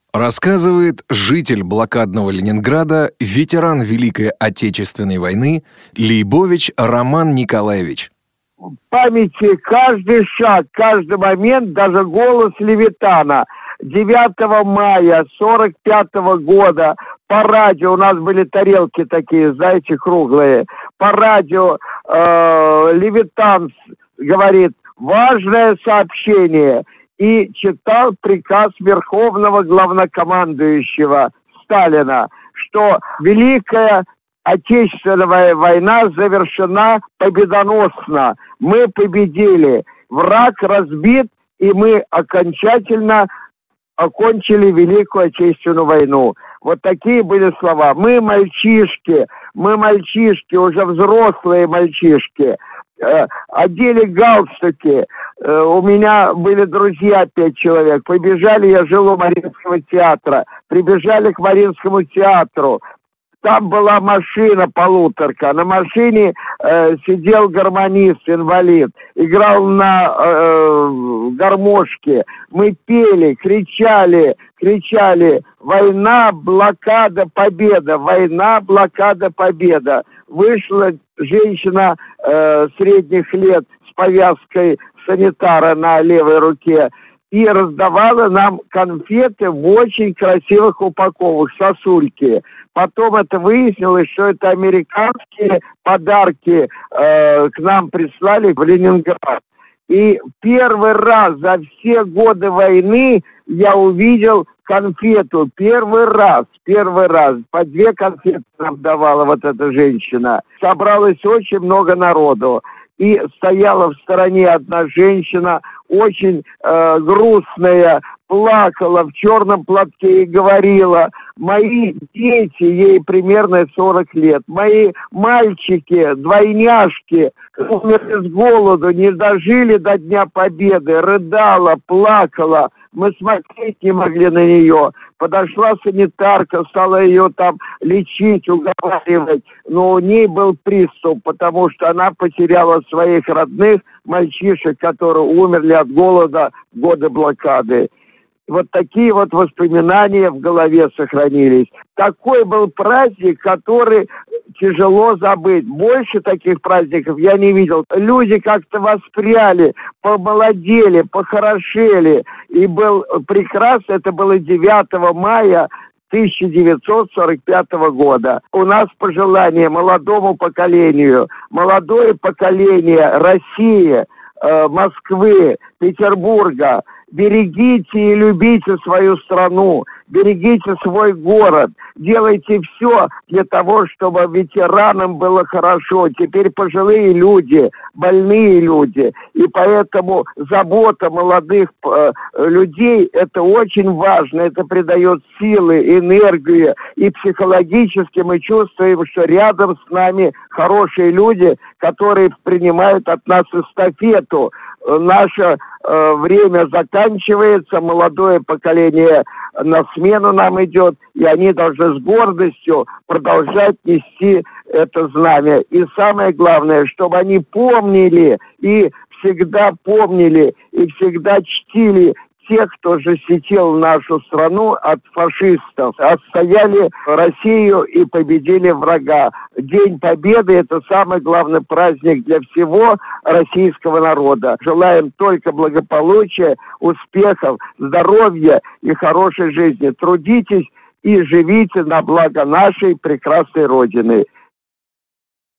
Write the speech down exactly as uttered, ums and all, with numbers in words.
Рассказывает житель блокадного Ленинграда, ветеран Великой Отечественной войны Лейбович Роман Николаевич. В памяти каждый шаг, каждый момент, даже голос Левитана. девятого мая сорок пятого года по радио, у нас были тарелки такие, знаете, круглые, по радио э, Левитан говорит: важное сообщение. И читал приказ Верховного Главнокомандующего Сталина, что Великая Отечественная война завершена победоносно. Мы победили. Враг разбит, и мы окончательно окончили Великую Отечественную войну. Вот такие были слова. Мы мальчишки, мы мальчишки, уже взрослые мальчишки. Э, одели галстуки. Э, у меня были друзья, пять человек. Побежали, я жил у Мариинского театра. Прибежали к Мариинскому театру. Там была машина, полуторка. На машине э, сидел гармонист, инвалид. Играл на э, гармошке. Мы пели, кричали, кричали: война, блокада, победа. Война, блокада, победа. Вышла женщина э, средних лет с повязкой санитара на левой руке и раздавала нам конфеты в очень красивых упаковках, сосульки. Потом это выяснилось, что это американские подарки э, к нам прислали в Ленинград. И первый раз за все годы войны я увидел конфету. Первый раз, первый раз. По две конфеты нам давала вот эта женщина. Собралось очень много народу. И стояла в стороне одна женщина, очень э, грустная, плакала в черном платке и говорила: мои дети, ей примерно сорок лет, мои мальчики, двойняшки, умерли с голоду, не дожили до Дня Победы, рыдала, плакала. Мы смотреть не могли на нее. Подошла санитарка, стала ее там лечить, уговаривать. Но у ней был приступ, потому что она потеряла своих родных мальчишек, которые умерли от голода в годы блокады. Вот такие вот воспоминания в голове сохранились. Такой был праздник, который тяжело забыть. Больше таких праздников я не видел. Люди как-то воспряли, помолодели, похорошели. И был прекрасно, это было девятого мая тысяча девятьсот сорок пятого года. У нас пожелание молодому поколению. Молодое поколение России, э, Москвы, Петербурга. Берегите и любите свою страну, берегите свой город, делайте все для того, чтобы ветеранам было хорошо. Теперь пожилые люди, больные люди, и поэтому забота молодых э, людей – это очень важно, это придает силы, энергию, и психологически мы чувствуем, что рядом с нами хорошие люди, которые принимают от нас эстафету. Наше э, время заканчивается, молодое поколение на смену нам идет, и они должны с гордостью продолжать нести это знамя. И самое главное, чтобы они помнили и всегда помнили, и всегда чтили тех, кто защитил нашу страну от фашистов, отстояли Россию и победили врага. День Победы – это самый главный праздник для всего российского народа. Желаем только благополучия, успехов, здоровья и хорошей жизни. Трудитесь и живите на благо нашей прекрасной Родины.